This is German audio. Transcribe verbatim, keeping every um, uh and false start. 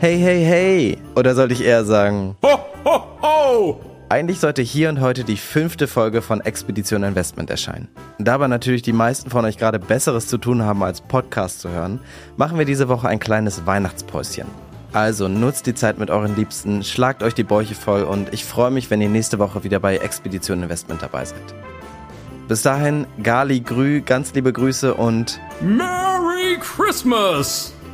Hey, hey, hey. Oder sollte ich eher sagen... Ho, ho, ho. Eigentlich sollte hier und heute die fünfte Folge von Expedition Investment erscheinen. Da aber natürlich die meisten von euch gerade Besseres zu tun haben, als Podcast zu hören, machen wir diese Woche ein kleines Weihnachtspäuschen. Also nutzt die Zeit mit euren Liebsten, schlagt euch die Bäuche voll und ich freue mich, wenn ihr nächste Woche wieder bei Expedition Investment dabei seid. Bis dahin, Gali Grü, ganz liebe Grüße und Merry Christmas!